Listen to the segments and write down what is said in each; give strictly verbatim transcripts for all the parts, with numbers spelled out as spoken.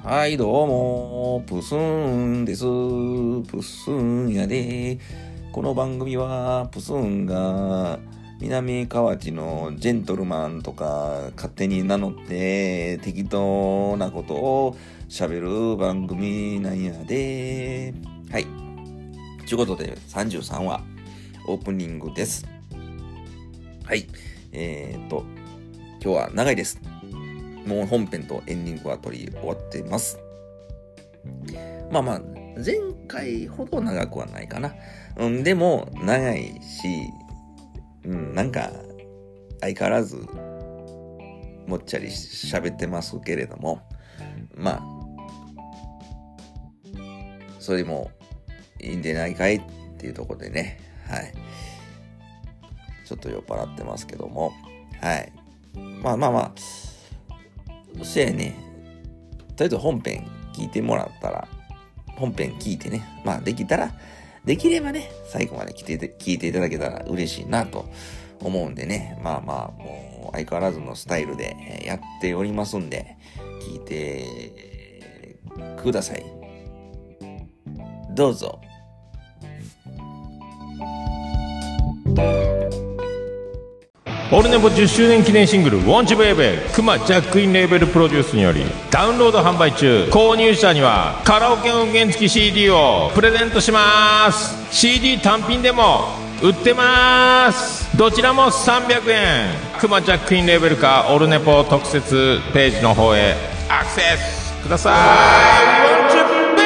はい、どうも、プスーンです。プスーンやで。この番組は、プスーンが、南河内のジェントルマンとか、勝手に名乗って、適当なことを喋る番組なんやで。はい。ということで、さんじゅうさんわ、オープニングです。はい。えーっと、今日は長いです。もう本編とエンディングは撮り終わってます。まあまあ、前回ほど長くはないかな。うん、でも、長いし、うん、なんか、相変わらず、もっちゃり喋ってますけれども、まあ、それもいいんでないかいっていうところでね、はい。ちょっと酔っ払ってますけども、はい。まあまあまあ、そやね、とりあえず本編聞いてもらったら、本編聞いてね、まあできたら、できればね、最後まで聞いて、聞いていただけたら嬉しいなと思うんでね、まあまあ、もう相変わらずのスタイルでやっておりますんで、聞いてください。どうぞ。 オルネポじゅっしゅうねん記念シングル「ウォンチベイベー」クマジャックインレーベルプロデュースによりダウンロード販売中。購入者にはカラオケ音源付き シーディー をプレゼントします。 シーディー 単品でも売ってます。どちらもさんびゃくえん。クマジャックインレーベルかオルネポ特設ページの方へアクセスください。ウォンチベイベー。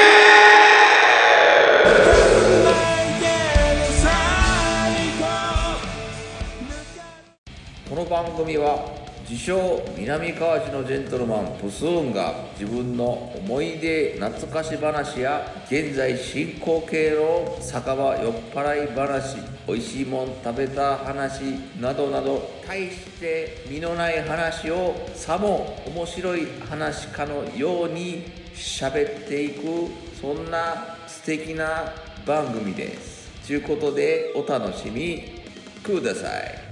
この番組は自称南河内のジェントルマンプスーンが自分の思い出懐かし話や現在進行形の酒場酔っ払い話、おいしいもん食べた話などなど大して身のない話をさも面白い話かのように喋っていく、そんな素敵な番組です。ということでお楽しみください。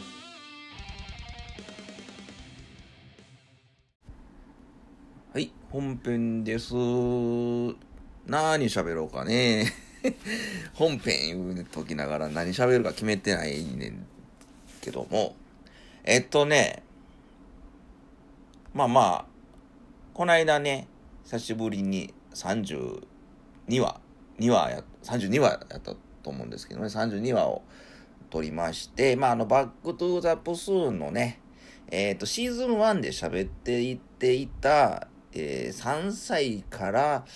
はい、本編です。何喋ろうかね。本編言うときながら何喋るか決めてないねんけども。えっとね、まあまあ、こないだね、久しぶりにさんじゅうにわ、にわや、さんじゅうにわやったと思うんですけどね、さんじゅうにわを撮りまして、まああの、バックトゥーザプスーンのね、えっと、シーズンワンで喋っていっていた、えー、さんさいから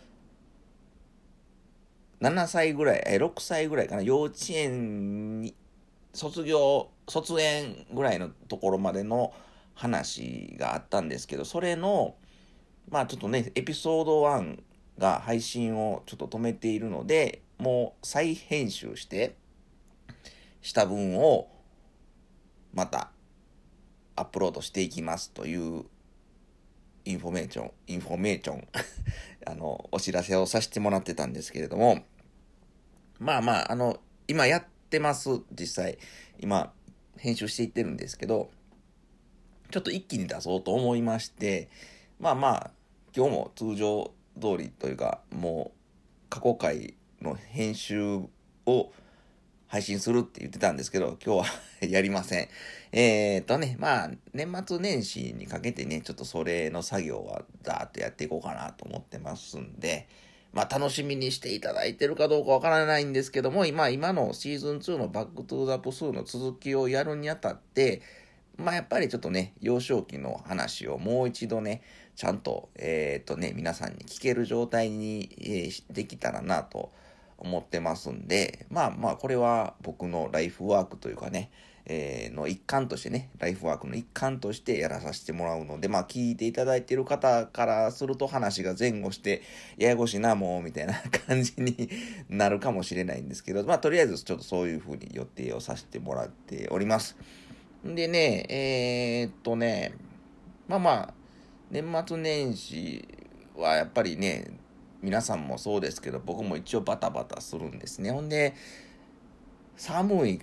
ななさいぐらい、えー、ろくさいぐらいかな、幼稚園に卒業、卒園ぐらいのところまでの話があったんですけど、それの、まあちょっとね、エピソードワンが配信をちょっと止めているので、もう再編集してした分をまたアップロードしていきますというインフォメーション、インフォメーションあの、お知らせをさせてもらってたんですけれども、まあまあ、あの、今やってます、実際。今、編集していってるんですけど、ちょっと一気に出そうと思いまして、まあまあ、今日も通常通りというか、もう、過去回の編集を配信するって言ってたんですけど、今日はやりません。えーっとね、まあ、年末年始にかけてね、ちょっとそれの作業はザーッとやっていこうかなと思ってますんで、まあ楽しみにしていただいてるかどうかわからないんですけども、今、今のシーズンツーのバックトゥーザプスーの続きをやるにあたって、まあやっぱりちょっとね、幼少期の話をもう一度ね、ちゃんと、えーっとね、皆さんに聞ける状態に、えーできたらなと思ってますんで、まあまあこれは僕のライフワークというかね、えー、の一環としてね、ライフワークの一環としてやらさせてもらうので、まあ聞いていただいている方からすると話が前後してややこしいなもうみたいな感じになるかもしれないんですけど、まあとりあえずちょっとそういう風に予定をさせてもらっております。でね、えー、っとね、まあまあ、年末年始はやっぱりね、皆さんもそうですけど、僕も一応バタバタするんですね。ほんで、寒い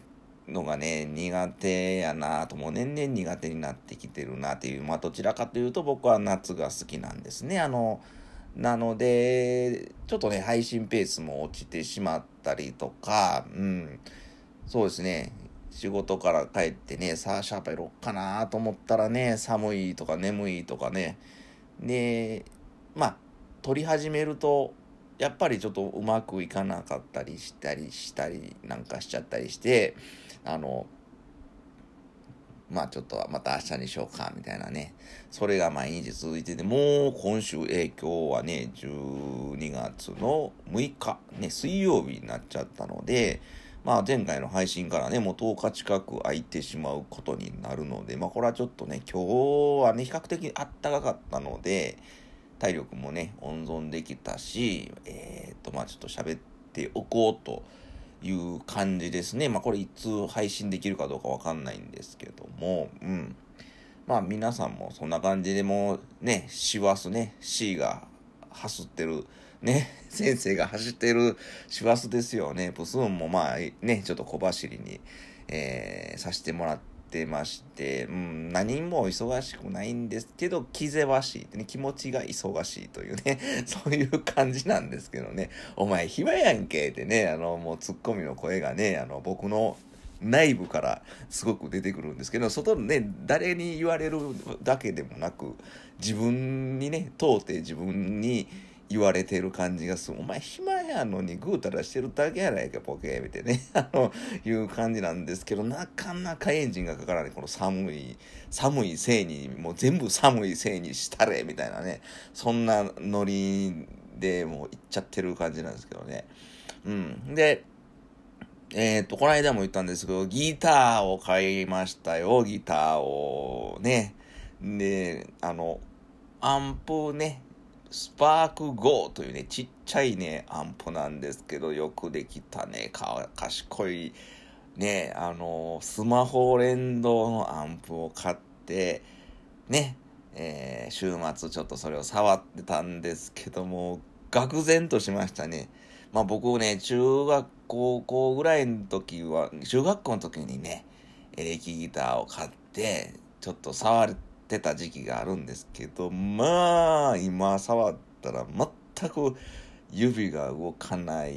のがね、苦手やなと、もう年々苦手になってきてるなっていう、まあどちらかというと僕は夏が好きなんですね。あの、なので、ちょっとね、配信ペースも落ちてしまったりとか、うん、そうですね、仕事から帰ってね、さあ喋ろっかなと思ったらね、寒いとか眠いとかね、で、まあ、撮り始めると、やっぱりちょっとうまくいかなかったりしたりしたりなんかしちゃったりして、あの、まあちょっとまた明日にしようかみたいなね。それが毎日続いてて、もう今週、えー、今日はね、じゅうにがつのむいか、ね、水曜日になっちゃったので、まあ前回の配信からね、もうとおか近く空いてしまうことになるので、まあこれはちょっとね、今日はね、比較的あったかかったので、体力もね、温存できたし、えっと、まあちょっと喋っておこうという感じですね。まあこれいつ配信できるかどうかわかんないんですけども、うん。まあ皆さんもそんな感じでもうね、師走ね、C が走ってる、ね、先生が走ってる師走ですよね。プスーンもまあね、ちょっと小走りに、えー、させてもらってまして、うん、何も忙しくないんですけど、気ぜわしいってね、気持ちが忙しいというね、そういう感じなんですけどね、お前暇やんけってね、あの、もうツッコミの声がね、あの、僕の内部からすごく出てくるんですけど、外でね、誰に言われるだけでもなく、自分にね、通って自分に言われてる感じがする。お前暇やのにぐうたらしてるだけやないか、ボケみたいなね、あの、いう感じなんですけど、なかなかエンジンがかからない、この寒い、寒いせいに、もう全部寒いせいにしたれ、みたいなね、そんなノリでもう行っちゃってる感じなんですけどね。うん。で、えっと、この間も言ったんですけど、ギターを買いましたよ、ギターをね。で、あの、アンプね、スパークゴーというね、ちっちゃいね、アンプなんですけど、よくできたね、か、賢い、ね、あの、スマホ連動のアンプを買って、ね、えー、週末ちょっとそれを触ってたんですけども、愕然としましたね。まあ僕ね、中学高校ぐらいの時は、中学校の時にね、エレキギターを買って、ちょっと触ってた時期があるんですけど、まあ、今触ったら全く指が動かない、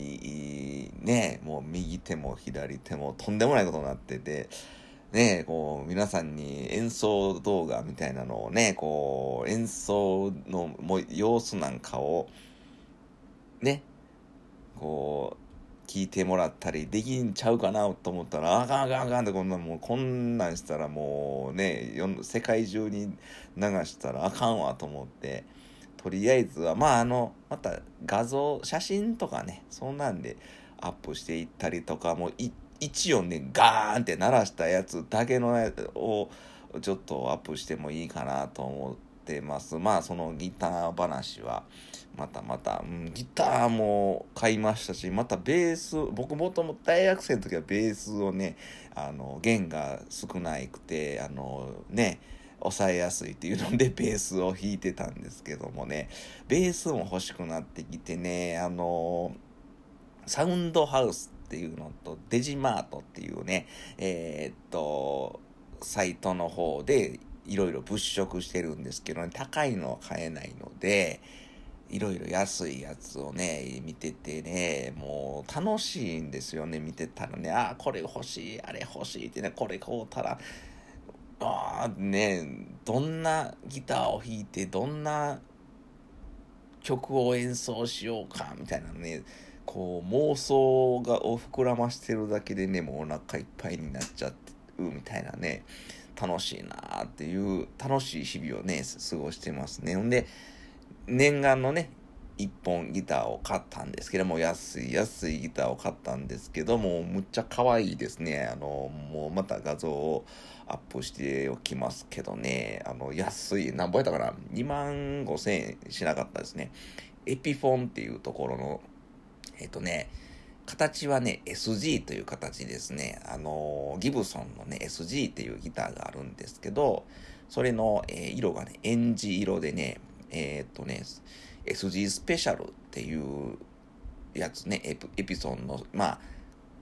ね、もう右手も左手もとんでもないことになってて、ね、こう、皆さんに演奏動画みたいなのをね、こう、演奏のもう様子なんかを、ね、こう、聞いてもらったりできんちゃうかなと思ったら、あかんあかんあかんってこんなんもう、こんなんしたらもうね、世界中に流したらあかんわと思って、とりあえずは、まああの、また画像、写真とかね、そんなんでアップしていったりとか、もうい一音ね、ガーンって鳴らしたやつだけのやつをちょっとアップしてもいいかなと思ってます。まあそのギター話は、またまた、うん、ギターも買いましたし、またベース、僕もともと大学生の時はベースをね、あの、弦が少ないくて、あの、ね、抑えやすいっていうのでベースを弾いてたんですけどもね、ベースも欲しくなってきてね、あの、サウンドハウスっていうのとデジマートっていうね、えー、っと、サイトの方でいろいろ物色してるんですけどね、高いのは買えないので、いろいろ安いやつをね、見ててね、もう楽しいんですよね、見てたらね、ああ、これ欲しい、あれ欲しいってね、これ買うたら、ああ、ね、どんなギターを弾いて、どんな曲を演奏しようか、みたいなね、こう妄想がを膨らましてるだけでね、もうお腹いっぱいになっちゃってるみたいなね、楽しいなーっていう、楽しい日々をね、過ごしてますね。ほんで、念願のね、一本ギターを買ったんですけども、安い安いギターを買ったんですけども、むっちゃ可愛いですね。あの、もうまた画像をアップしておきますけどね、あの、安い、何ぼやったかな ?にまんごせんえんしなかったですね。エピフォンっていうところの、えっとね、形はね、エスジー という形ですね。あの、ギブソンのね、エスジー っていうギターがあるんですけど、それの、えー色がね、エンジ色でね、えーっとね、エスジー スペシャルっていうやつね、エピ、エピソンの、まあ、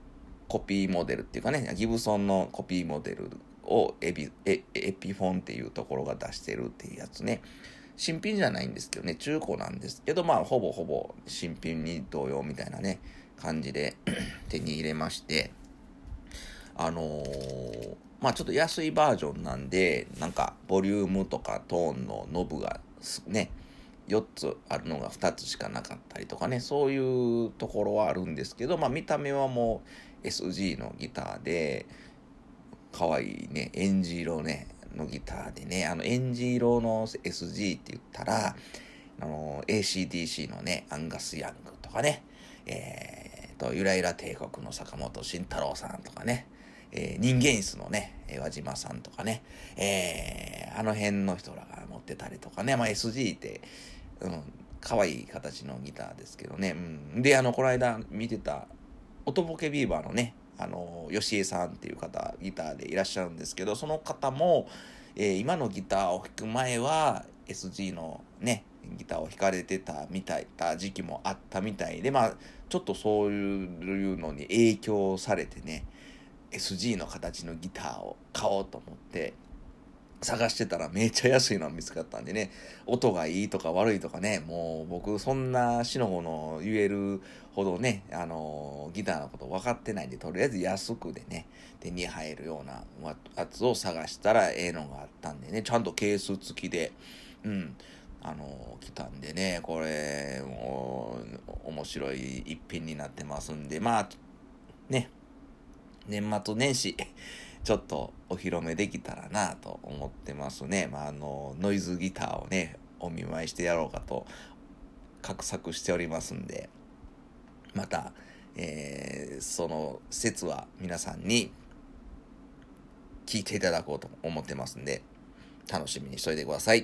コピーモデルっていうかね、ギブソンのコピーモデルをエビエエピフォンっていうところが出してるっていうやつね。新品じゃないんですけどね、中古なんですけど、まあほぼほぼ新品に同様みたいなね感じで手に入れまして、あのー、まあちょっと安いバージョンなんで、なんかボリュームとかトーンのノブがねよっつあるのがふたつしかなかったりとかね、そういうところはあるんですけど、まあ見た目はもう エスジー のギターで、可愛いね、エンジ色ね、のギターでね、あの、エンジ色の エスジー って言ったら、あの、エーシーディーシー のね、アンガス・ヤングとかね、えーと、ゆらゆら帝国の坂本慎太郎さんとかね、えー、人間室のね、輪島さんとかね、えー、あの辺の人らが持ってたりとかね、まあ エスジー って、うん、可愛い形のギターですけどね、うん。で、あの、この間見てた、音ボケビーバーのね、あの吉江さんっていう方ギターでいらっしゃるんですけど、その方も、えー、今のギターを弾く前は エスジー のねギターを弾かれてたみたいな時期もあったみたいで、まあちょっとそういうのに影響されてね エスジー の形のギターを買おうと思って探してたらめっちゃ安いの見つかったんでね、音がいいとか悪いとかね、もう僕そんなしのごの言えるほどね、あのギターのこと分かってないんで、とりあえず安くでね手に入るようなやつを探したらええのがあったんでね、ちゃんとケース付きでうんあの来たんでね、これもう面白い一品になってますんで、まあね年末年始ちょっとお披露目できたらなと思ってますね。まあ、あのノイズギターをねお見舞いしてやろうかと画策しておりますんで、また、えー、その説は皆さんに聞いていただこうと思ってますんで、楽しみにしといてください。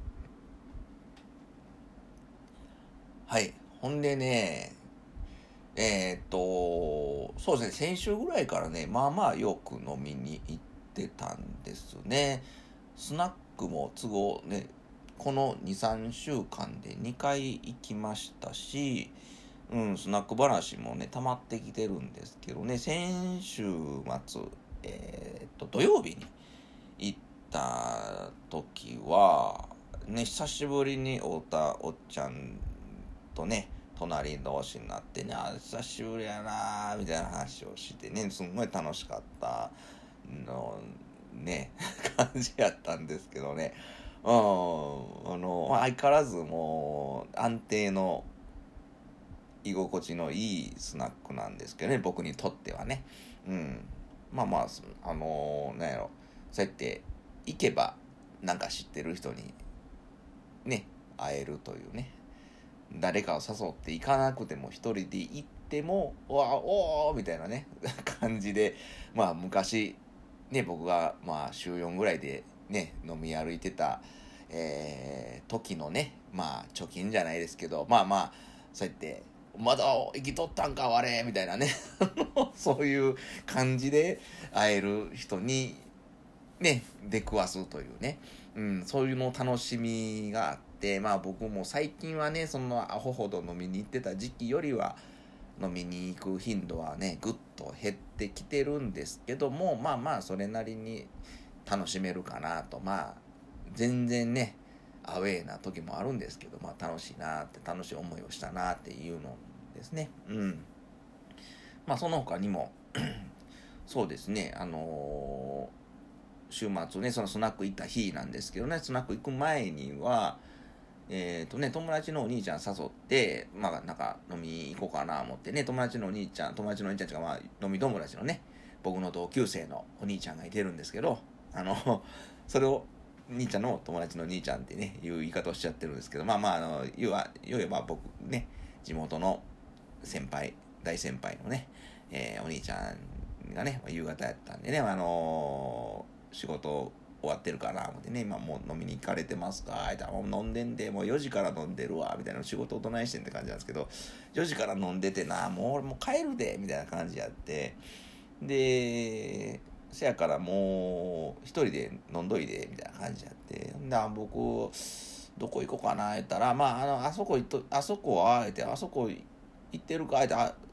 はい。ほんでね、えー、っと、そうですね、先週ぐらいからね、まあまあよく飲みに行ってたんですね。スナックも都合ね、このに、さんしゅうかんでにかい行きましたし、うん、スナック話もね、溜まってきてるんですけどね、先週末、えー、っと、土曜日に行った時は、ね、久しぶりに会ったおっちゃんとね、隣同士になってね、あ、久しぶりやなみたいな話をしてね、すんごい楽しかったのね感じやったんですけどね、うん、あの相変わらずもう安定の居心地のいいスナックなんですけどね、僕にとってはね。うん、まあまああのなんやろ、そうやって行けばなんか知ってる人にね会えるというね、誰かを誘って行かなくても一人で行っても「わおー」みたいなね感じで、まあ昔ね僕がまあ週よんぐらいでね飲み歩いてた、えー、時のねまあ貯金じゃないですけど、まあまあそうやって「まだ生きとったんか我々」みたいなねそういう感じで会える人にね出くわすというね、うん、そういうの楽しみがあって、まあ僕も最近はねそのアホほど飲みに行ってた時期よりは飲みに行く頻度はねぐっと減ってきてるんですけども、まあまあそれなりに楽しめるかなと、まあ全然ねアウェーな時もあるんですけど、まあ楽しいなって楽しい思いをしたなっていうのですね。うん。まあその他にもそうですね、あのー週末ねそのスナック行った日なんですけどね、スナック行く前にはえっ、ー、とね友達のお兄ちゃん誘ってまあなんか飲み行こうかな思ってね、友達のお兄ちゃん友達のお兄ちゃんとかまあ飲み友達のね僕の同級生のお兄ちゃんがいてるんですけど、あのそれを兄ちゃんの友達の兄ちゃんってねいう言い方をしちゃってるんですけど、まあまああの言わ言えば僕ね地元の先輩大先輩のね、えー、お兄ちゃんがね夕方やったんでね、あのー仕事終わってるかな思ってね、今もう飲みに行かれてますかって、もう飲んでんでもうよじから飲んでるわみたいな、仕事お隣してんって感じなんですけど、よじから飲んでてなもう俺もう帰るでみたいな感じやって、でせやからもう一人で飲んどいでみたいな感じやって、で僕どこ行こうかな言ったら、まああのあそこ行っとあそこはあえてあそこ行ってるかあえてあ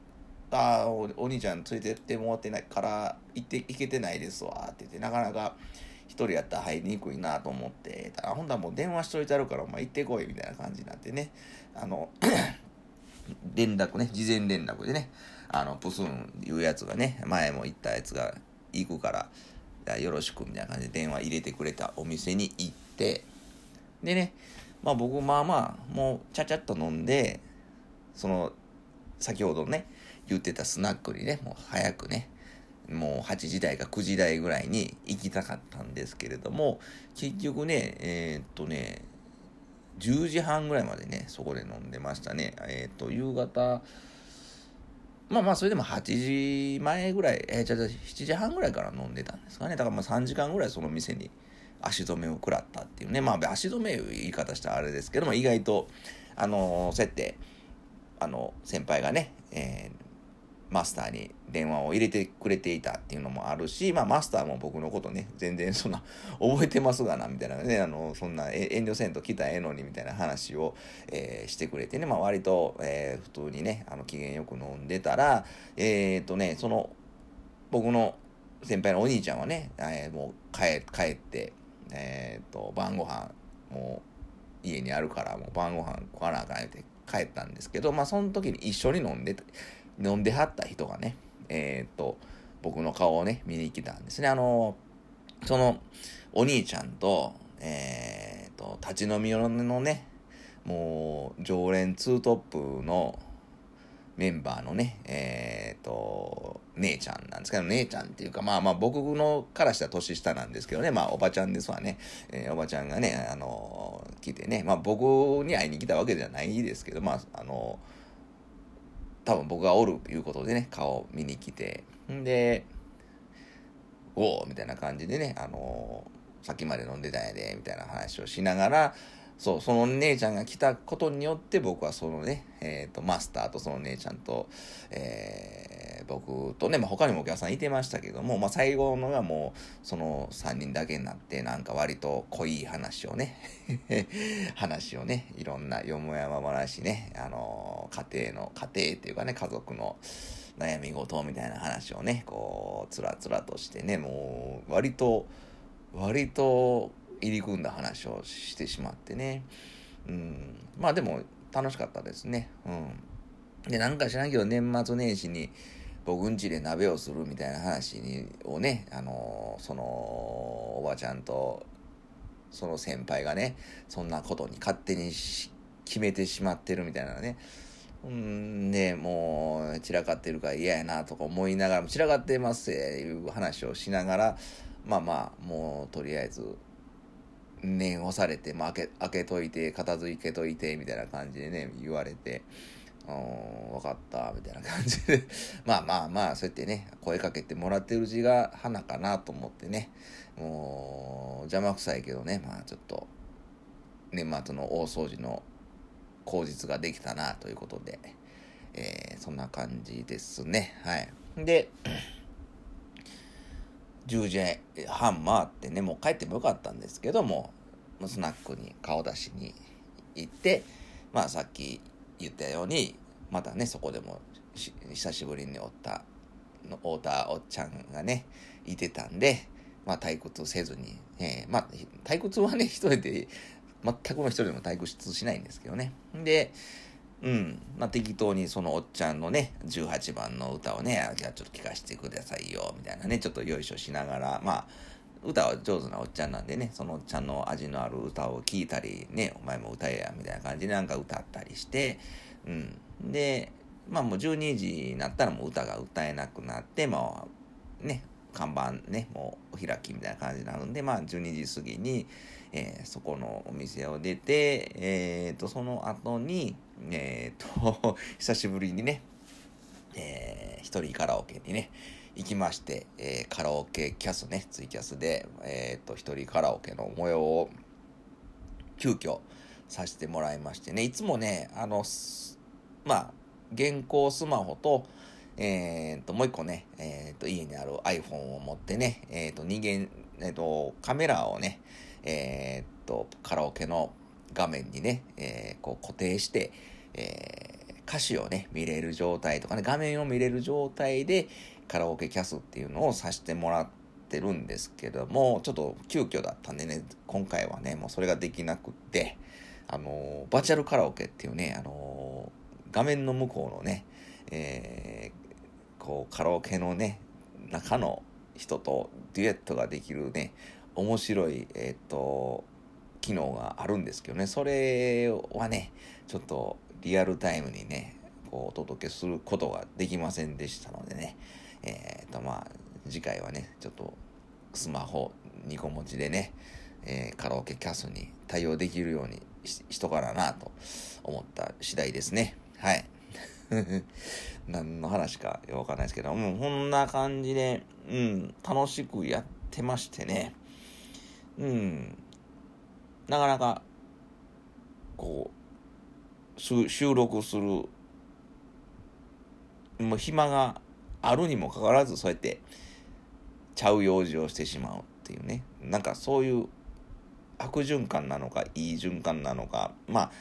あーお、お兄ちゃん連れてってもらってないから行って行けてないですわって言って、なかなか一人やったら入りにくいなと思って、あほんだらもう電話しといてあるからお前行ってこいみたいな感じになってね、あの連絡ね、事前連絡でね、あのプスンいうやつがね、前も行ったやつが行くからよろしくみたいな感じで電話入れてくれたお店に行って、でね、まあ僕まあまあもうちゃちゃっと飲んで、その先ほどね言ってたスナックにね、もう早くね、もうはちじ台かくじ台ぐらいに行きたかったんですけれども、結局ね、えー、っとね、じゅうじはんぐらいまでね、そこで飲んでましたね。えー、っと、夕方、まあまあ、それでもはちじまえぐらい、えー、じゃあしちじはんぐらいから飲んでたんですかね。だからまあさんじかんぐらいその店に足止めを食らったっていうね。まあ、足止めいう言い方したらあれですけども、意外と、あのー、そうやって、あの、先輩がね、えーマスターに電話を入れてくれていたっていうのもあるし、まあマスターも僕のことね、全然そんな覚えてますがなみたいなね、あのそんな遠慮せんと来たらええのにみたいな話を、えーしてくれてね、まあ割と、えー普通にね、あの機嫌よく飲んでたら、えーっとね、その僕の先輩のお兄ちゃんはね、えーもう帰帰って、えーっと晩ご飯もう家にあるからもう晩ご飯食わなあかんって帰ったんですけど、まあその時に一緒に飲んで飲んではった人がね、えー、っと、僕の顔をね、見に来たんですね。あの、その、お兄ちゃんと、えー、っと、立ち飲み用のね、もう、常連ツートップのメンバーのね、えー、っと、姉ちゃんなんですけど、姉ちゃんっていうか、まあまあ僕のからしたら年下なんですけどね、まあおばちゃんですわね。えー、おばちゃんがね、あの、来てね、まあ僕に会いに来たわけじゃないですけど、まあ、あの、多分僕がおるということでね、顔見に来て、んで、おーみたいな感じでね、あのー、さっきまで飲んでたんやで、みたいな話をしながら、そう、その姉ちゃんが来たことによって僕はそのね、えっと、マスターとその姉ちゃんと、えー、僕とね、まあ、他にもお客さんいてましたけども、まあ、最後のがもう、そのさんにんだけになって、なんか割と濃い話をね、話をね、いろんなよもやま話ね、あのー、家庭の、家庭っていうかね、家族の悩み事みたいな話をね、こう、つらつらとしてね、もう、割と、割と、入り組んだ話をしてしまってね。うん。まあでも楽しかったですね。うん。で、なんか知らんけど年末年始に僕ん家で鍋をするみたいな話にをね、あのー、そのおばちゃんとその先輩がね、そんなことに勝手に決めてしまってるみたいなね。うんで、もう散らかってるから嫌やなとか思いながらも、散らかってますいう話をしながら、まあまあ、もうとりあえず、念押されて、まあ、開け、開けといて、片付けといて、みたいな感じでね、言われて、うん、分かった、みたいな感じで、まあまあまあ、そうやってね、声かけてもらってるうちが花かなと思ってね、もう、邪魔くさいけどね、まあちょっと、年末の大掃除の口実ができたな、ということで、えー、そんな感じですね、はい。で、じゅうじはん回ってね、もう帰ってもよかったんですけども、スナックに顔出しに行って、まあさっき言ったように、またね、そこでも久しぶりにおった、おったおっちゃんがね、いてたんで、まあ退屈せずに、えー、まあ退屈はね、一人で、全くの一人でも退屈しないんですけどね。で、うん。まあ、適当にそのおっちゃんのね、じゅうはちばんの歌をね、じゃあちょっと聞かせてくださいよ、みたいなね、ちょっとよいしょしながら、まあ、歌は上手なおっちゃんなんでね、そのおっちゃんの味のある歌を聴いたり、ね、お前も歌えや、みたいな感じでなんか歌ったりして、うん。で、まあもうじゅうにじになったらもう歌が歌えなくなって、まあ、ね、看板ね、もうお開きみたいな感じになるんで、まあじゅうにじ過ぎに、えー、そこのお店を出て、えーと、その後に、えーと、久しぶりにね、えー、一人カラオケにね、行きまして、えー、カラオケキャスね、ツイキャスで、えーと、一人カラオケの模様を急遽させてもらいましてね、いつもね、あの、まあ、現行スマホと、えーと、もう一個ね、えーと、家にある iPhone を持ってね、えーと、人間、えーと、カメラをね、えーと、カラオケの画面にね、えー、こう固定して、えー、 歌詞をね見れる状態とかね、画面を見れる状態でカラオケキャスっていうのをさせてもらってるんですけども、ちょっと急遽だったんでね、今回はねもうそれができなくって、あのバーチャルカラオケっていうね、あの画面の向こうのね、えー、こうカラオケのね中の人とデュエットができるね面白いえっと機能があるんですけどね、それはねちょっとリアルタイムにねこうお届けすることができませんでしたのでね、えっとまあ次回はねちょっとスマホにこ持ちでね、えー、カラオケキャスに対応できるように し, しとかななと思った次第ですね。はい何の話かわかんないですけど、もうこんな感じで、うん、楽しくやってましてね、うん、なかなかこう収録するもう暇があるにもかかわらず、そうやってちゃう用事をしてしまうっていうね、なんかそういう悪循環なのかいい循環なのか、まあ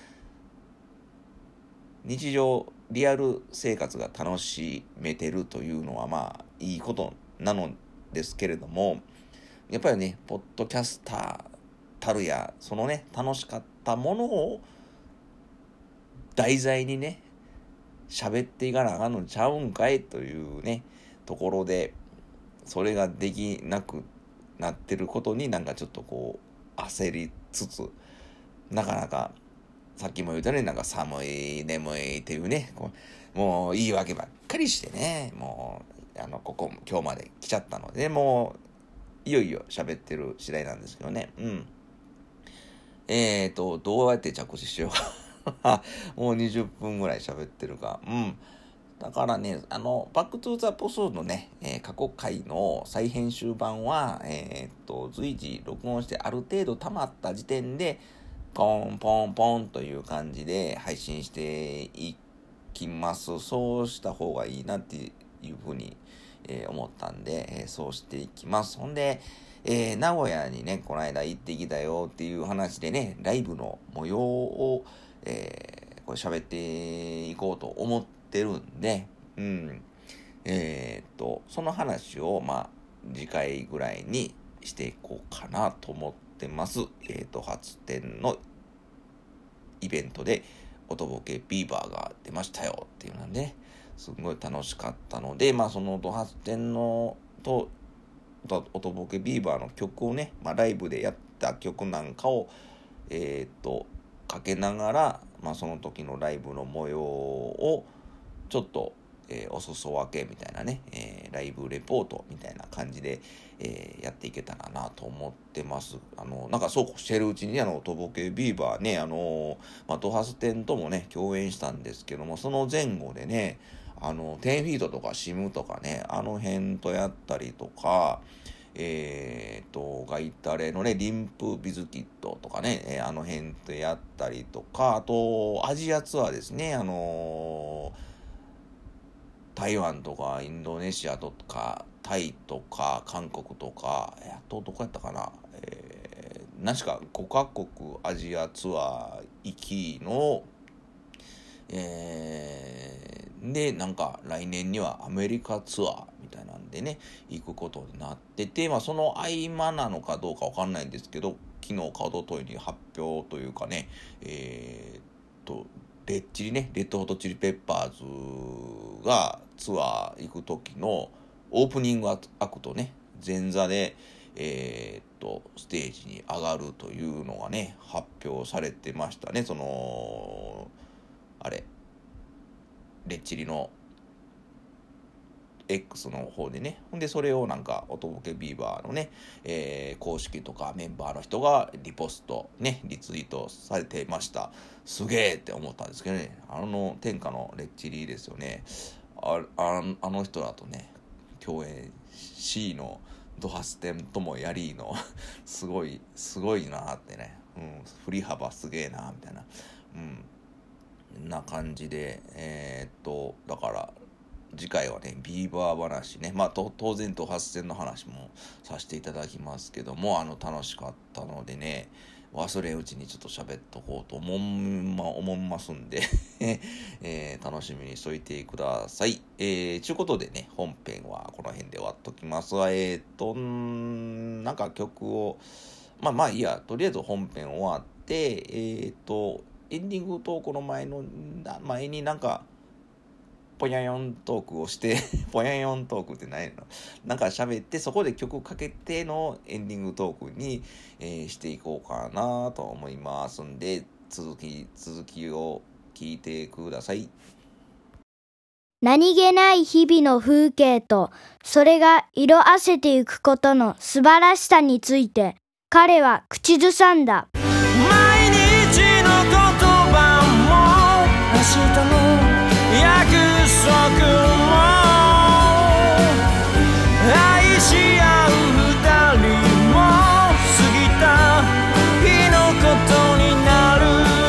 日常リアル生活が楽しめてるというのはまあいいことなのですけれども、やっぱりねポッドキャスターたるやそのね楽しかったものを題材にね喋っていかなあかんのちゃうんかいというねところで、それができなくなってることになんかちょっとこう焦りつつ、なかなかさっきも言ったようになんか寒い眠いっていうね、こうもう言い訳ばっかりしてね、もうあのここ今日まで来ちゃったので、もういよいよ喋ってる次第なんですけどね。うんえーとどうやって着地しようかもうにじゅっぷんぐらい喋ってるか。うんだからね、あの、バックトゥーザポストのね、えー過去回の再編集版は、えーっと、随時録音してある程度溜まった時点で、ポンポンポンという感じで配信していきます。そうした方がいいなっていうふうに、えー思ったんで、えーそうしていきます。ほんで、えー名古屋にね、この間行ってきたよっていう話でね、ライブの模様を、えーこれ喋っていこうと思ってるんで、うん。えーっと、その話を、まあ、次回ぐらいにしていこうかなと思ってます。えーっと、初展のイベントで、音ボケビーバーが出ましたよっていうので、ね、すごい楽しかったので、まあ、その音初展の、と、音ボケビーバーの曲をね、まあ、ライブでやった曲なんかを、えーっと、かけながら、まあ、その時のライブの模様をちょっと、えー、お裾分けみたいなね、えー、ライブレポートみたいな感じで、えー、やっていけたらなと思ってます。あのなんかそうこうしてるうちにあのとぼけビーバーね、あのまあ、ドハステンともね共演したんですけども、その前後でねあのテンフィートとかシムとかね、あの辺とやったりとか、えーと、ガイタレのね、リンプビズキットとかね、えーあの辺とやったりとか、あと、アジアツアーですね、あのー台湾とかインドネシアとか、タイとか、韓国とか、えーあとどこやったかな、えー、何しかごカ国アジアツアー行きの、えー、でなんか来年にはアメリカツアーみたいなんでね行くことになってて、まあその合間なのかどうかわかんないんですけど、昨日か一昨日に発表というかね、えー、っとレッチリねレッドホットチリペッパーズがツアー行く時のオープニングアクトね、前座でえー、っとステージに上がるというのがね発表されてましたね。そのあれレッチリの X の方でね、ほんでそれをなんか音ボケビーバーのね、えー、公式とかメンバーの人がリポストねリツイートされてました。すげーって思ったんですけどね、あの天下のレッチリですよね。あああの人だとね共演 C のドハステンともやりのすごいすごいなってね、うん、振り幅すげえなみたいな、うんな感じで、えー、っとだから次回はねビーバー話ね、まあと当然と発戦の話もさせていただきますけども、あの楽しかったのでね忘れんうちにちょっと喋っとこうと思ん、ま、思いますんで、えー、楽しみにしといてください。えー、ちゅうことでね本編はこの辺で終わっときますわ。えーとんなんか曲をまあまあいいや、とりあえず本編終わって、えーとエンディングトークの前の前になんかぽやよんトークをしてぽやよんトークって何やのなんか喋ってそこで曲かけてのエンディングトークに、えー、していこうかなと思いますんで、続き続きを聞いてください。 何気ない日々の風景とそれが色あせていくことの素晴らしさについて彼は口ずさんだ。 毎日の言葉も明日の約束も愛し合う二人も過ぎた日のことにな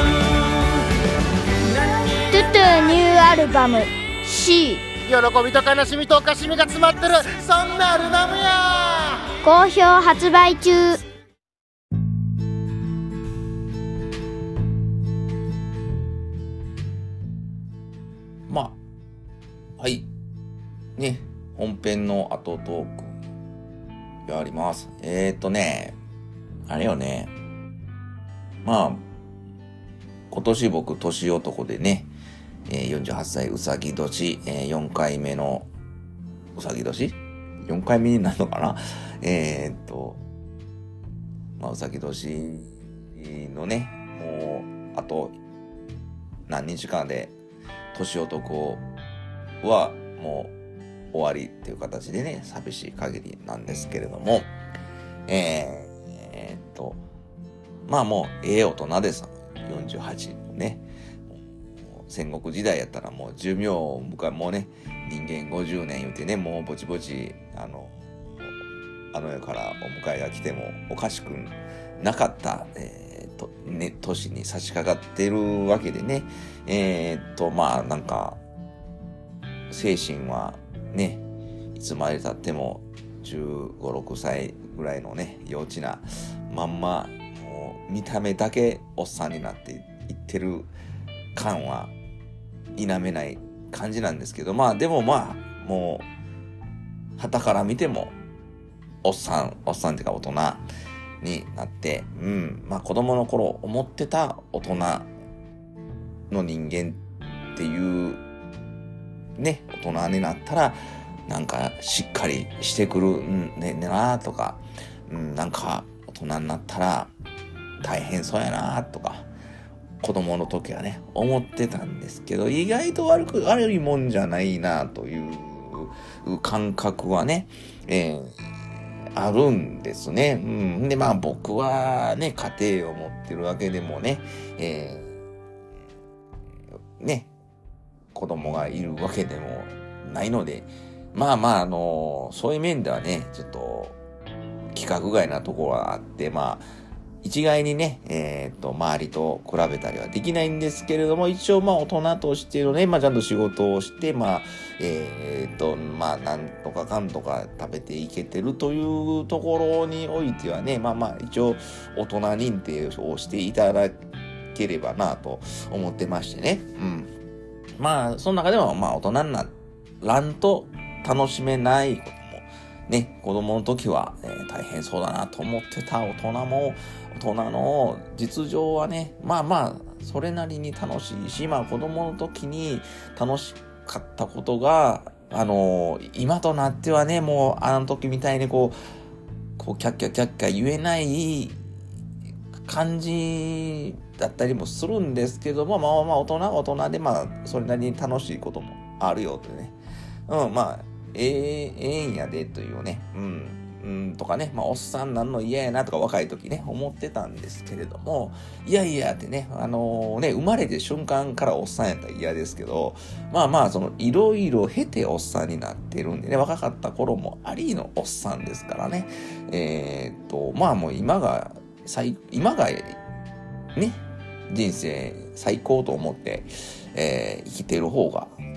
る。 トゥトゥニューアルバム C 喜びと悲しみとおかしみが詰まってるそんなアルバムや。 好評発売中。 まあはいね本編の後トークやります。えーとねあれよねまあ今年僕年男でね、えー、よんじゅうはっさいうさぎ年、えー、よんかいめのうさぎ年よんかいめになるのかな。えーっとまあうさぎ年のねもうあと何日間で年男はもう終わりっていう形でね寂しい限りなんですけれども、えー、えー、っとまあもうええ大人です。よんじゅうはちのね戦国時代やったらもう寿命を迎えもうね人間ごじゅうねん言うてねもうぼちぼちあのあの世からお迎えが来てもおかしくなかった、えーとね、年に差し掛かってるわけでねえー、っとまあなんか精神はねいつまでたってもじゅうご、ろくさいぐらいのね幼稚なまんまもう見た目だけおっさんになっていってる感は否めない感じなんですけど、まあでもまあもう傍から見てもおっさんおっさんっていうか大人になってうんまあ子供の頃思ってた大人の人間っていうね大人になったらなんかしっかりしてくるんねんなとか、うん、なんか大人になったら大変そうやなとか子供の時はね思ってたんですけど意外と悪く悪いもんじゃないなという感覚はね、えー、あるんですね。うん、でまあ僕はね家庭を持ってるわけでもね、えー、ね子供がいるわけでもないのでまあまああのそういう面ではねちょっと規格外なところはあってまあ一概にね、えっと、周りと比べたりはできないんですけれども、一応まあ大人としてのね、まあちゃんと仕事をして、まあ、えっと、まあなんとかかんとか食べていけてるというところにおいてはね、まあまあ一応大人認定をしていただければなと思ってましてね。うん。まあ、その中でもまあ大人にならんと楽しめないこともね、子供の時は、えー、大変そうだなと思ってた大人も、大人の実情はね、まあまあ、それなりに楽しいし、まあ子供の時に楽しかったことが、あのー、今となってはね、もうあの時みたいにこう、こう、キャッキャキャッキャ言えない感じだったりもするんですけども、まあまあ大人は大人で、まあ、それなりに楽しいこともあるよとね。うん、まあ、ええええんやでというね、うん、うんとかね、まあおっさんなんの嫌やなとか若い時ね思ってたんですけれども、いやいやってね、あのー、ね生まれて瞬間からおっさんやったら嫌ですけど、まあまあそのいろいろ経ておっさんになってるんでね、若かった頃もありのおっさんですからね、えー、っとまあもう今が最今がね人生最高と思って、えー、生きてる方がね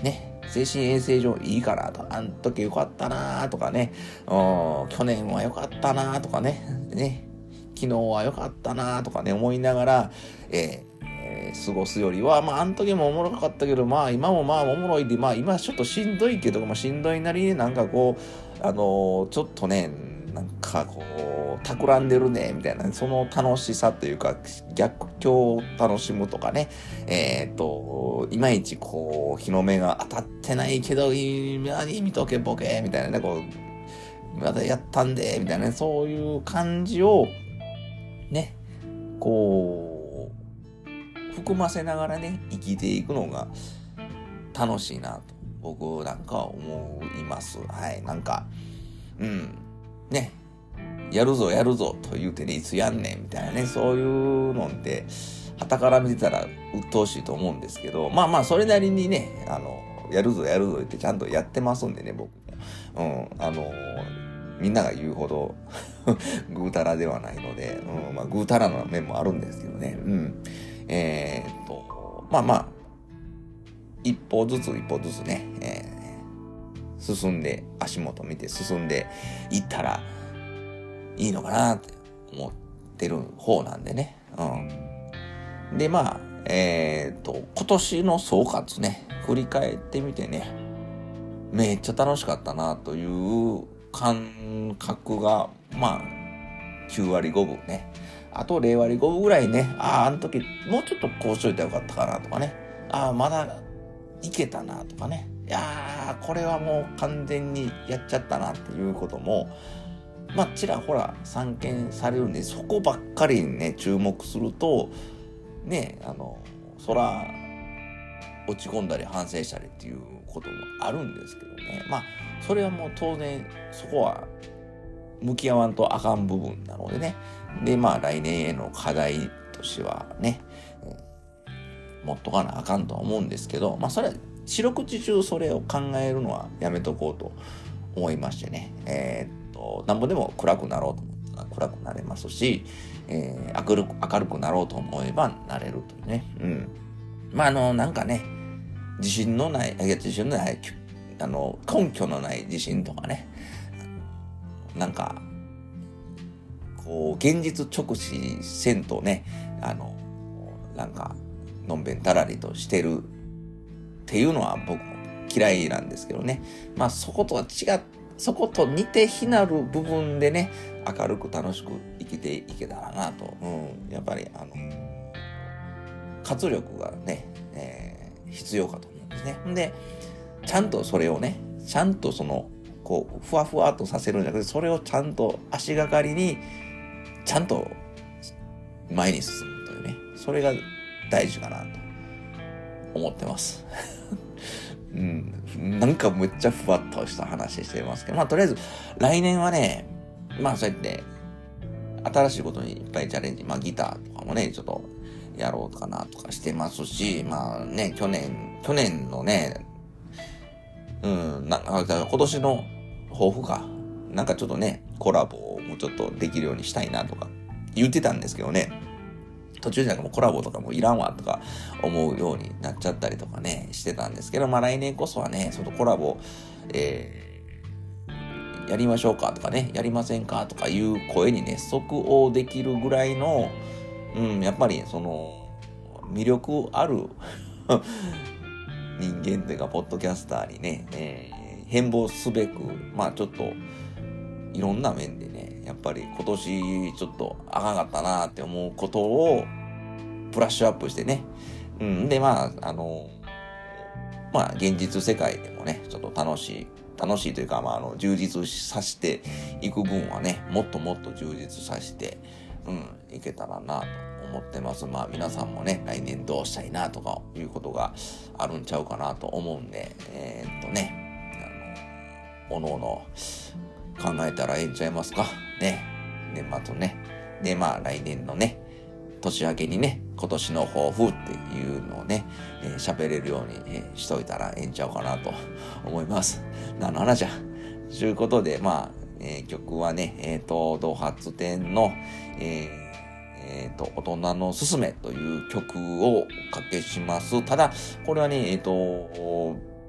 精神衛生上いいかなと、あん時よかったなとかね、去年はよかったなとかね、ね、昨日はよかったなとかね、思いながら、えーえー、過ごすよりは、まあ、あの時もおもろかったけど、まあ、今もまあ、おもろいで、まあ、今ちょっとしんどいけど、まあ、しんどいなりになんかこう、あのー、ちょっとね、なんかこう、企んでるね、みたいな、その楽しさというか、逆境を楽しむとかね、えー、っと、いまいちこう、日の目が当たってないけど、何見とけボケ、みたいなね、こう、まだやったんで、みたいなね、そういう感じを、ね、こう、含ませながらね、生きていくのが楽しいなと、僕なんかは思います。はい、なんか、うん。ね、やるぞやるぞと言うてね、いつやんねんみたいなね、そういうのって傍から見てたら鬱陶しいと思うんですけど、まあまあそれなりにね、あのやるぞやるぞ言ってちゃんとやってますんでね、僕も、うん、あのみんなが言うほどぐうたらではないので、うん、まあぐうたらな面もあるんですけどね、うん、えー、っとまあまあ一歩ずつ一歩ずつね、えー進んで、足元見て進んでいったらいいのかなって思ってる方なんでね。うん。で、まあ、えー、っと、今年の総括ね、振り返ってみてね、めっちゃ楽しかったなという感覚が、まあ、きゅうわりごぶね。あとぜろわりごぶぐらいね、ああ、あの時もうちょっとこうしといたらよかったかなとかね。ああ、まだいけたなとかね。いやー、これはもう完全にやっちゃったなっていうことも、まあ、ちらほら散見されるんで、そこばっかりにね、注目すると、ね、あの、そら、落ち込んだり反省したりっていうこともあるんですけどね。まあ、それはもう当然、そこは、向き合わんとあかん部分なのでね。で、まあ、来年への課題としてはね、うん、持っとかなあかんとは思うんですけど、まあ、それは、四六時中それを考えるのはやめとこうと思いましてね。えー、っと、なんぼでも暗くなろうと思ったら暗くなれますし、えー、明るく、明るくなろうと思えばなれるというね。うん。まあ、あの、なんかね、自信のない、いや、自信のない、あの、根拠のない自信とかね。なんか、こう、現実直視せんとね、あの、なんか、のんべんたらりとしてるっていうのは僕も嫌いなんですけどね。まあそことは違っ、そこと似て非なる部分でね、明るく楽しく生きていけたらなと。うん、やっぱりあの、活力がね、えー、必要かと思うんですね。で、ちゃんとそれをね、ちゃんとその、こう、ふわふわっとさせるんじゃなくて、それをちゃんと足がかりに、ちゃんと前に進むというね、それが大事かなと思ってます。うん、なんかむっちゃふわっとした話してますけど、まあとりあえず来年はね、まあそうやって新しいことにいっぱいチャレンジ、まあギターとかもね、ちょっとやろうかなとかしてますし、まあね、去年、去年のね、うん、なんか今年の抱負か、なんかちょっとね、コラボをもうちょっとできるようにしたいなとか言ってたんですけどね、途中でなんかもうコラボとかもいらんわとか思うようになっちゃったりとかね、してたんですけど、まあ来年こそはね、そのコラボ、えー、やりましょうかとかね、やりませんかとかいう声にね、即応できるぐらいの、うん、やっぱりその、魅力ある人間というか、ポッドキャスターにね、えー、変貌すべく、まあちょっと、いろんな面でね、やっぱり今年ちょっとあかんかったなって思うことをブラッシュアップしてね。うん。で、まあ、あの、まあ、現実世界でもね、ちょっと楽しい、楽しいというか、まあ、あの、充実させていく分はね、もっともっと充実させて、うん、いけたらなと思ってます。まあ、皆さんもね、来年どうしたいなとかいうことがあるんちゃうかなと思うんで、えー、っとね、あの、おのおの、考えたらええんちゃいますかね。年末ね。で、まあ来年のね、年明けにね、今年の抱負っていうのをね、喋、えー、れるように、えー、しといたらええんちゃうかなと思います。何の話じゃ。ということで、まあ、えー、曲はね、えっ、ー、と、同発展の、えー、えー、と、大人のすすめという曲をおかけします。ただ、これはね、えっ、ー、と、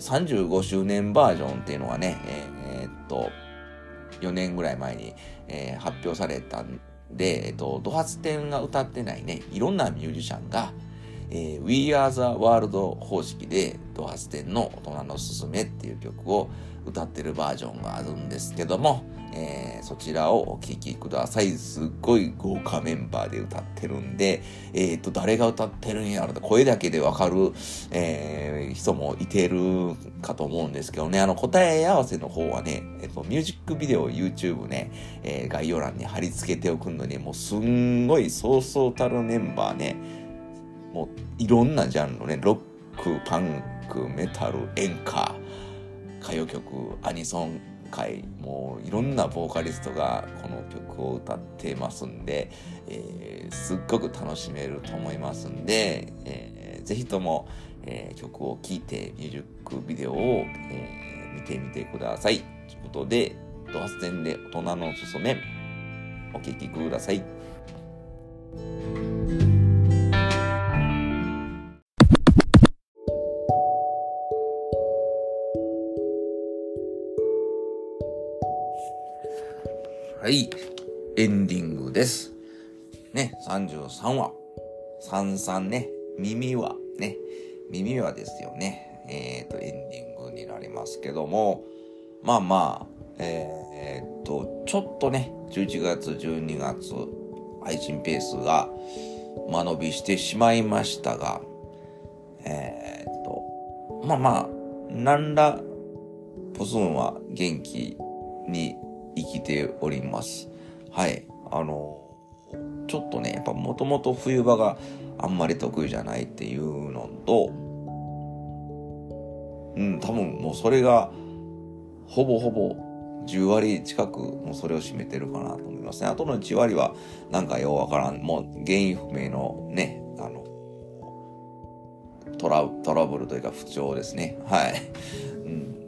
さんじゅうごしゅうねんバージョンっていうのはね、えー、っと、よねんぐらい前に、えー、発表されたんで、えっと、ドハツテンが歌ってないね、いろんなミュージシャンが、えー、We Are the World 方式でドハツテンの大人のすすめっていう曲を歌ってるバージョンがあるんですけども、えー、そちらをお聴きください。すっごい豪華メンバーで歌ってるんで、えっと、誰が歌ってるんやろと、声だけでわかる、えー、人もいてるかと思うんですけどね、あの答え合わせの方はね、えっと、ミュージックビデオ YouTube ね、えー、概要欄に貼り付けておくのに、もうすんごいそうそうたるメンバーね、もういろんなジャンルね、ロック、パンク、メタル、演歌、歌謡曲、アニソン界、もういろんなボーカリストがこの曲を歌ってますんで、えー、すっごく楽しめると思いますんで、えー、ぜひとも、えー、曲を聴いてミュージックビデオを、えー、見てみてください。ということで、ドハツテンで大人のおすすめ、お聴きください。はい、エンディングです。ね、さんじゅうさんわ。さんさんね、耳はね、耳はですよね。えっと、エンディングになりますけども、まあまあ、えー、っと、ちょっとね、じゅういちがつ、じゅうにがつ、配信ペースが間延びしてしまいましたが、えー、っと、まあまあ、何ら、ポスンは元気に生きております。はい。あの、ちょっとね、やっぱもともと冬場があんまり得意じゃないっていうのと、うん、多分もうそれが、ほぼほぼじゅうわり近くもうそれを占めてるかなと思いますね。あとのいちわりはなんかようわからん、もう原因不明のね、あの、トラ、トラブルというか不調ですね。はい。うん、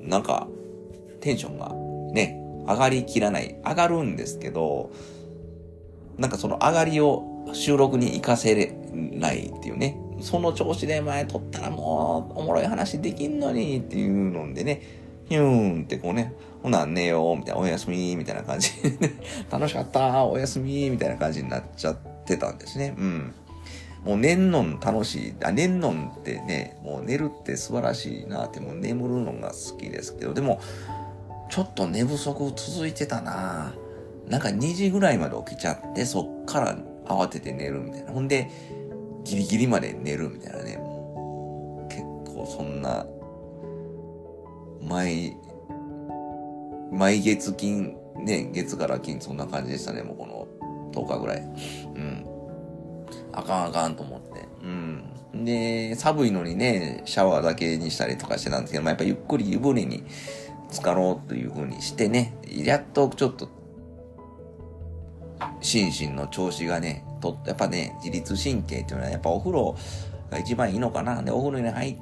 なんか、テンションがね、上がりきらない。上がるんですけど、なんかその上がりを収録に活かせれないっていうね。その調子で前撮ったらもうおもろい話できんのにっていうのでね、ヒューンってこうね、ほな寝ようみたいな、おやすみみたいな感じで、ね、楽しかったおやすみみたいな感じになっちゃってたんですね。うん。もう寝んのん楽しい。あ、寝んのんってね、もう寝るって素晴らしいなって、もう眠るのが好きですけど、でも、ちょっと寝不足続いてたな。なんかにじぐらいまで起きちゃって、そっから慌てて寝るみたいな。ほんで、ギリギリまで寝るみたいなね。結構そんな、毎、毎月金、ね、月から金そんな感じでしたね。もうこのとおかぐらい。うん。あかんあかんと思って。うん。で、寒いのにね、シャワーだけにしたりとかしてたんですけど、まあ、やっぱゆっくり湯船に浸かろうという風にしてね、やっとちょっと、心身の調子がね、と、やっぱね、自律神経っていうのはやっぱお風呂が一番いいのかな。で、お風呂に入って、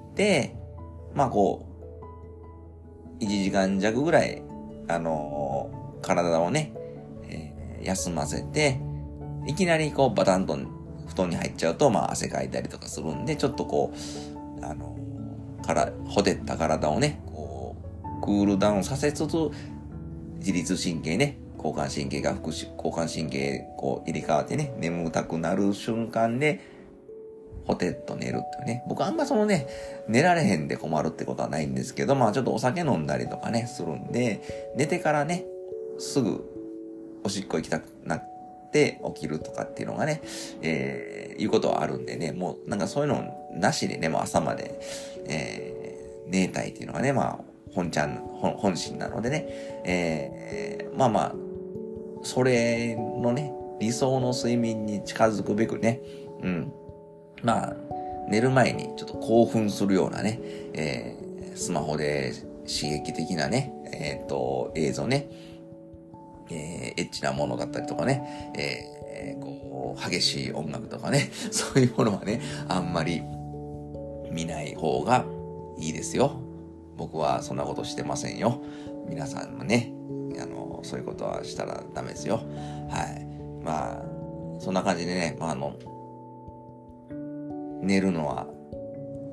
まあこう、いちじかんじゃくぐらい、あのー、体をね、えー、休ませて、いきなりこうバタンと布団に入っちゃうと、まあ汗かいたりとかするんで、ちょっとこう、あのー、から、ほてった体をね、こう、クールダウンさせつつ、自律神経ね、交感神経が副交感神経こう入れ替わってね、眠たくなる瞬間で、ほてっと寝るっていうね。僕あんまそのね、寝られへんで困るってことはないんですけど、まあちょっとお酒飲んだりとかね、するんで、寝てからね、すぐおしっこ行きたくなって起きるとかっていうのがね、えー、いうことはあるんでね、もうなんかそういうのなしでね、もう朝まで、えー、寝たいっていうのがね、まあ、本ちゃん、本、本心なのでね、えー、まあまあ、それのね、理想の睡眠に近づくべくね、うん。まあ、寝る前にちょっと興奮するようなね、えー、スマホで刺激的なね、えっと、映像ね、えー、エッチなものだったりとかね、えー、こう、激しい音楽とかね、そういうものはね、あんまり見ない方がいいですよ。僕はそんなことしてませんよ。皆さんもね、あの、そういうことはしたらダメですよ。はい。まあ、そんな感じでね、まあ、あの、寝るのは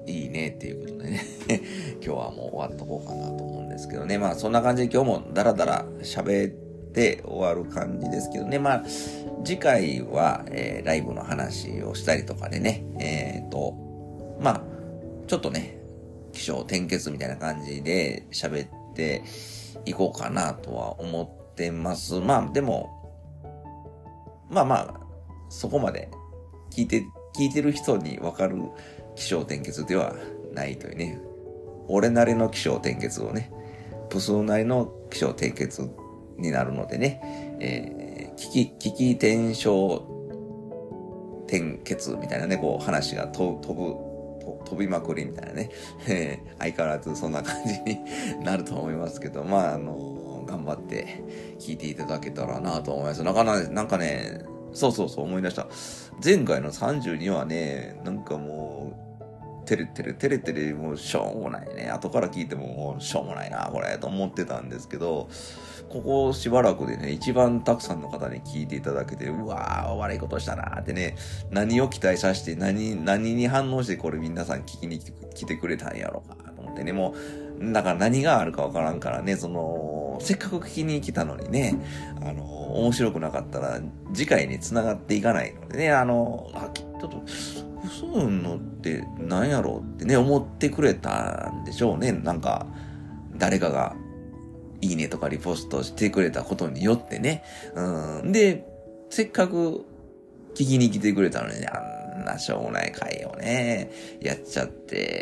いいねっていうことでね今日はもう終わっとこうかなと思うんですけどね。まあそんな感じで今日もダラダラ喋って終わる感じですけどね。まあ次回は、えー、ライブの話をしたりとかでね、えっとまあちょっとね起承転結みたいな感じで喋っていこうかなとは思ってます。まあでもまあまあそこまで聞いて聞いてる人に分かる起承転結ではないというね、俺なりの起承転結をね、プスーなりの起承転結になるのでね、えー、聞き、聞き転承転結みたいなね、こう話が飛ぶ、飛ぶ、飛びまくりみたいなね、えー、相変わらずそんな感じになると思いますけど、まあ、あの、頑張って聞いていただけたらなと思います。なかなか、なんかね、そうそうそう思い出した。前回のさんじゅうにはね、なんかもう、てれてれてれてれもうしょうもないね。後から聞いてももうしょうもないな、これ、と思ってたんですけど、ここしばらくでね、一番たくさんの方に聞いていただけて、うわー、悪いことしたなーってね、何を期待させて、何、何に反応してこれ皆さん聞きに来てくれたんやろうかと思ってね、もう、だから何があるかわからんからね、その、せっかく聞きに来たのにね、あの、面白くなかったら次回に繋がっていかないのでね、あの、あ、きっと、そういうのって何やろうってね、思ってくれたんでしょうね。なんか、誰かが、いいねとかリポストしてくれたことによってね。うん。で、せっかく聞きに来てくれたのにね、あんなしょうもない回をね、やっちゃって、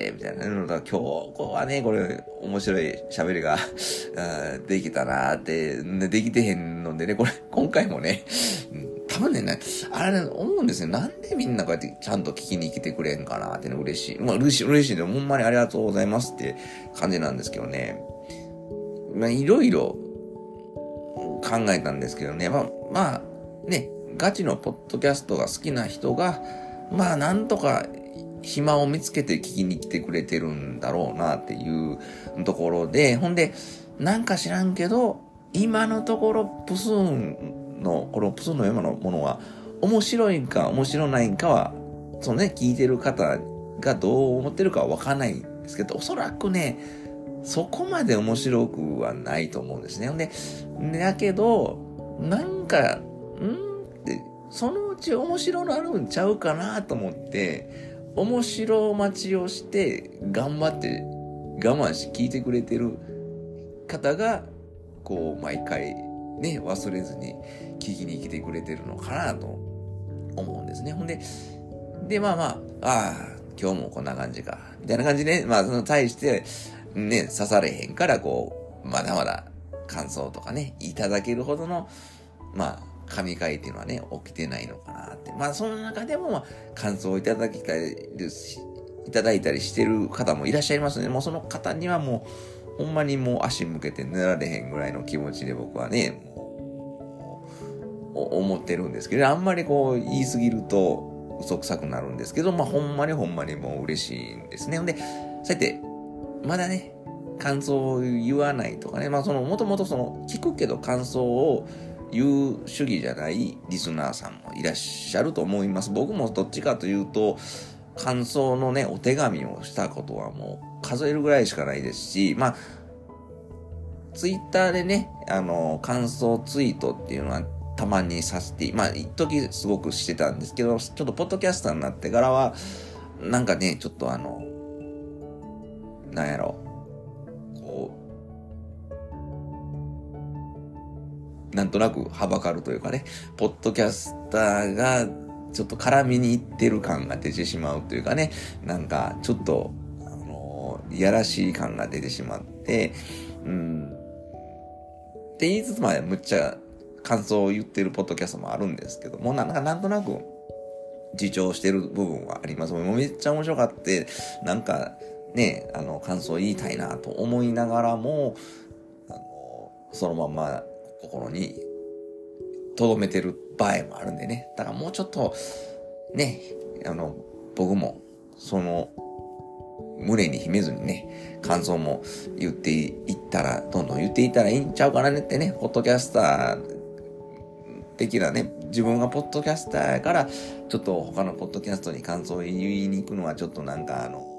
みたいなのだ、今日はね、これ、面白い喋りができたなーって、できてへんのでね、これ、今回もね、多分ね、あれ、思うんですよ。なんでみんなこうやってちゃんと聞きに来てくれんかなってね、嬉しい。まあ、嬉しい、嬉しいで、ほんまにありがとうございますって感じなんですけどね。まあ、いろいろ考えたんですけどね。まあ、まあ、ね、ガチのポッドキャストが好きな人が、まあ、なんとか暇を見つけて聞きに来てくれてるんだろうなっていうところで、ほんで、なんか知らんけど、今のところ、プスーンの、このプスーンの今のものは、面白いんか面白ないんかは、そのね、聞いてる方がどう思ってるかはわかんないんですけど、おそらくね、そこまで面白くはないと思うんですね。ほんで、だけど、なんか、んって、そのうち面白なるんちゃうかなと思って、面白待ちをして、頑張って、我慢し聞いてくれてる方が、こう、毎回、ね、忘れずに聞きに来てくれてるのかなと思うんですね。ほんで、で、まあまあ、ああ、今日もこんな感じか。みたいな感じで、ね、まあ、その対して、ね、刺されへんから、こう、まだまだ感想とかね、いただけるほどの、まあ、神回っていうのはね、起きてないのかなって。まあ、その中でも、まあ、感想をいただきたいです、いただいたりしてる方もいらっしゃいますので、もうその方にはもう、ほんまにもう足向けて寝られへんぐらいの気持ちで僕はね、もう、思ってるんですけど、あんまりこう、言いすぎると嘘くさくなるんですけど、まあ、ほんまにほんまにもう嬉しいんですね。ほんで、そうやって、まだね、感想を言わないとかね、まあその、もともとその、聞くけど感想を言う主義じゃないリスナーさんもいらっしゃると思います。僕もどっちかというと、感想のね、お手紙をしたことはもう数えるぐらいしかないですし、まあ、ツイッターでね、あの、感想ツイートっていうのはたまにさせて、まあ、一時すごくしてたんですけど、ちょっとポッドキャスターになってからは、なんかね、ちょっとあの、なんやろ、こう、なんとなくはばかるというかね、ポッドキャスターがちょっと絡みに行ってる感が出てしまうというかね、なんかちょっと、あの、いやらしい感が出てしまって、うん、って言いつつまでむっちゃ感想を言ってるポッドキャストもあるんですけども、なんかなんとなく自重してる部分はあります。もうめっちゃ面白かって、なんか、ね、あの、感想を言いたいなと思いながらも、あの、そのまま心に留めてる場合もあるんでね。だからもうちょっと、ね、あの、僕も、その、胸に秘めずにね、感想も言っていったら、どんどん言っていったらいいんちゃうかなねってね、ポッドキャスター的なね、自分がポッドキャスターやから、ちょっと他のポッドキャストに感想を言いに行くのはちょっとなんかあの、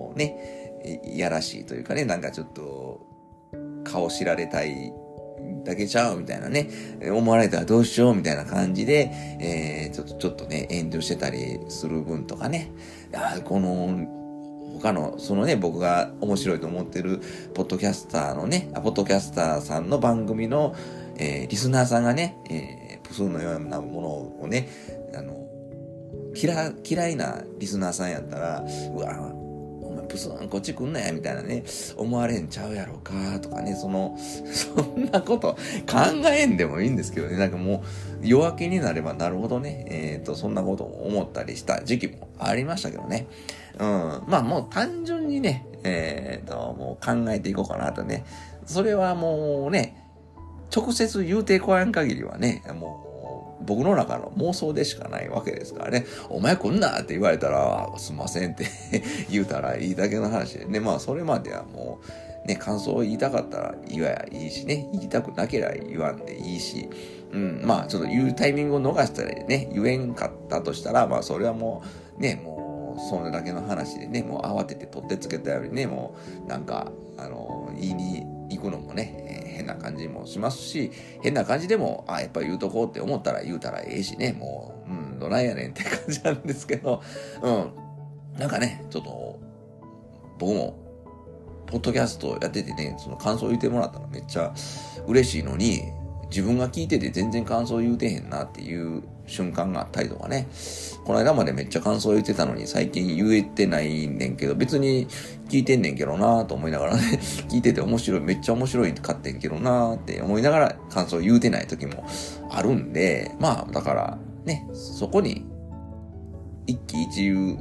とね、いやらしいというかね、なんかちょっと顔知られたいだけちゃうみたいなね、思われたらどうしようみたいな感じで、えー、ちょっとちょっとね、遠慮してたりする分とかね、あこの他のそのね、僕が面白いと思ってるポッドキャスターのね、ポッドキャスターさんの番組の、えー、リスナーさんがね、えー、プスンのようなものをね、あの嫌嫌いなリスナーさんやったら、うわお前プスンこっち来んなやみたいなね、思われんちゃうやろかとかね、そのそんなこと考えんでもいいんですけどね、なんかもう夜明けになればなるほどね、えっとそんなことも思ったりした時期もありましたけどね。うん、まあもう単純にね、えっともう考えていこうかなとね。それはもうね、直接言うてこやん限りはね、もう僕の中の妄想でしかないわけですからね。お前こんなって言われたら、すんませんって言うたらいいだけの話でね。まあそれまではもうね、感想を言いたかったら言わやいいしね、言いたくなければ言わんでいいし、うん、まあちょっと言うタイミングを逃したらね、言えんかったとしたら、まあそれはもうね、もうそれだけの話でね、もう慌てて取ってつけたよりね、もうなんか、あの、言いに行くのもね、えー、変な感じもしますし、変な感じでも、あ、やっぱ言うとこうって思ったら言うたらええしね、もう、うん、どないやねんって感じなんですけど、うん。なんかね、ちょっと、僕も、ポッドキャストやっててね、その感想言ってもらったらめっちゃ嬉しいのに、自分が聞いてて全然感想言うてへんなっていう瞬間があったりとかね。この間までめっちゃ感想言ってたのに最近言えてないねんけど、別に聞いてんねんけどなと思いながらね、聞いてて面白い、めっちゃ面白いかってんけどなって思いながら感想言うてない時もあるんで、まあだからね、そこに一喜一憂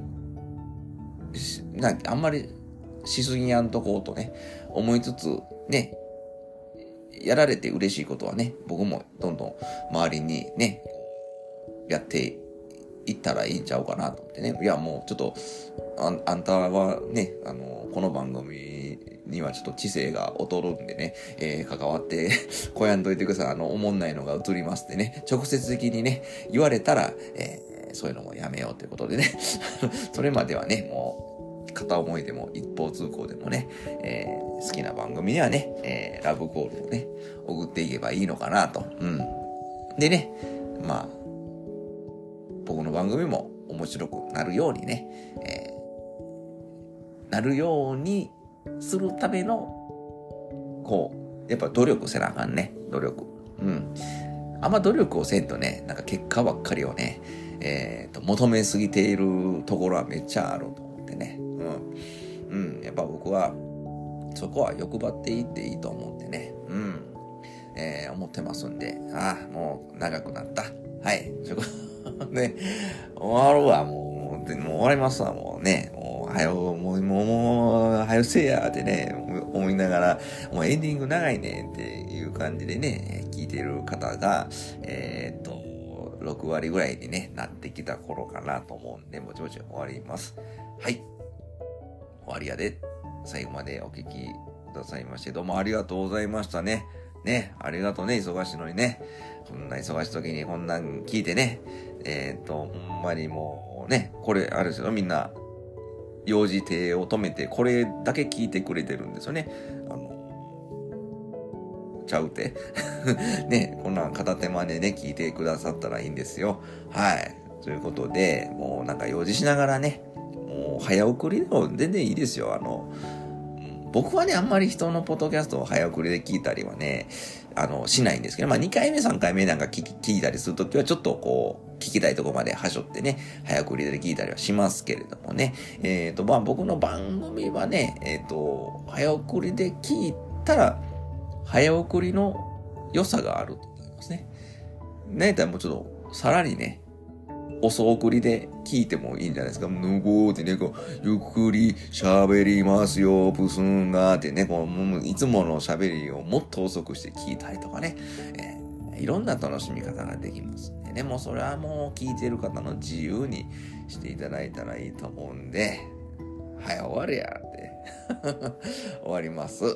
なんかあんまりしすぎやんとこうとね、思いつつね、やられて嬉しいことはね、僕もどんどん周りにね、やっていったらいいんちゃうかなと思ってね。いやもうちょっと、あ, あんたはね、あの、この番組にはちょっと知性が劣るんでね、えー、関わってこやんといてください。あの、おもんないのが映りますってね、直接的にね、言われたら、えー、そういうのもやめようということでね、それまではね、もう、片思いでも一方通行でもね、えー、好きな番組にはね、えー、ラブコールをね、送っていけばいいのかなと。うん。でね、まあ、僕の番組も面白くなるようにね、えー、なるようにするための、こう、やっぱ努力せなあかんね。努力。うん。あんま努力をせんとね、なんか結果ばっかりをね、えーと、求めすぎているところはめっちゃあると思ってね。うん。うん。やっぱ僕は、そこは欲張っていっていいと思ってね。うん。えー、思ってますんで。ああ、もう長くなった。はい。ちょね、終わるわ、もう。もう終わりますわ、もうね。もう、はよ、もう、もう、もう、はよせや、ってね、思いながら、もうエンディング長いね、っていう感じでね、聞いてる方が、えー、っと、ろくわりぐらいにね、なってきた頃かなと思うんで、もうちょいちょい終わります。はい。終わりやで。最後までお聞きくださいまして、どうもありがとうございましたね。ね、ありがとうね、忙しいのにね。こんな忙しい時にこんなん聞いてね。えっと、ほんまにもうね、これ、あれですよ、みんな、用事手を止めて、これだけ聞いてくれてるんですよね。あの、ちゃうて。ね、こんなん片手間でね、聞いてくださったらいいんですよ。はい。ということで、もうなんか用事しながらね、もう早送りでも全然いいですよ。あの、僕はね、あんまり人のポッドキャストを早送りで聞いたりはね、あの、しないんですけど、まあにかいめさんかいめなんか聞き、聞いたりするときはちょっとこう、聞きたいとこまではしょってね、早送りで聞いたりはしますけれどもね。えっと、まあ僕の番組はね、えっと、早送りで聞いたら、早送りの良さがあると思いますね。ねえ、たらもうちょっと、さらにね、遅送りで聞いてもいいんじゃないですか。ぬごーってね、こう、ゆっくり喋りますよ、プスンがーってね、こう、いつもの喋りをもっと遅くして聞いたりとかね、えー、いろんな楽しみ方ができますんでね、もうそれはもう聞いてる方の自由にしていただいたらいいと思うんで、はい、終わるやって終わります。はい。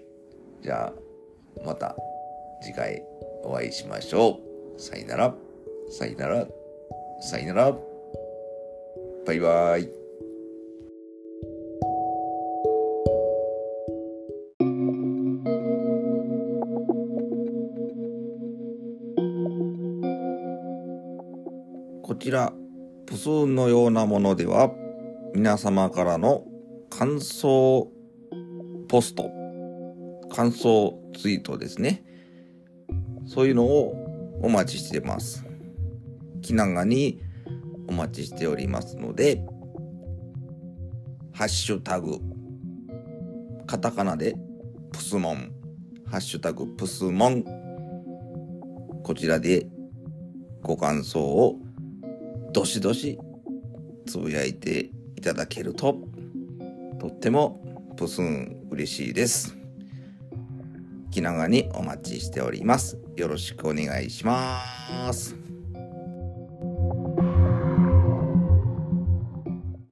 じゃあ、また次回お会いしましょう。さよなら。さよなら。さよなら。バイバイ。 こちらプスーンのようなものでは皆様からの感想ポスト、感想ツイートですね、そういうのをお待ちしてます。気長にお待ちしておりますので、ハッシュタグカタカナでプスモン、ハッシュタグプスモン、こちらでご感想をどしどしつぶやいていただけるととってもプスン嬉しいです。気長にお待ちしております。よろしくお願いします。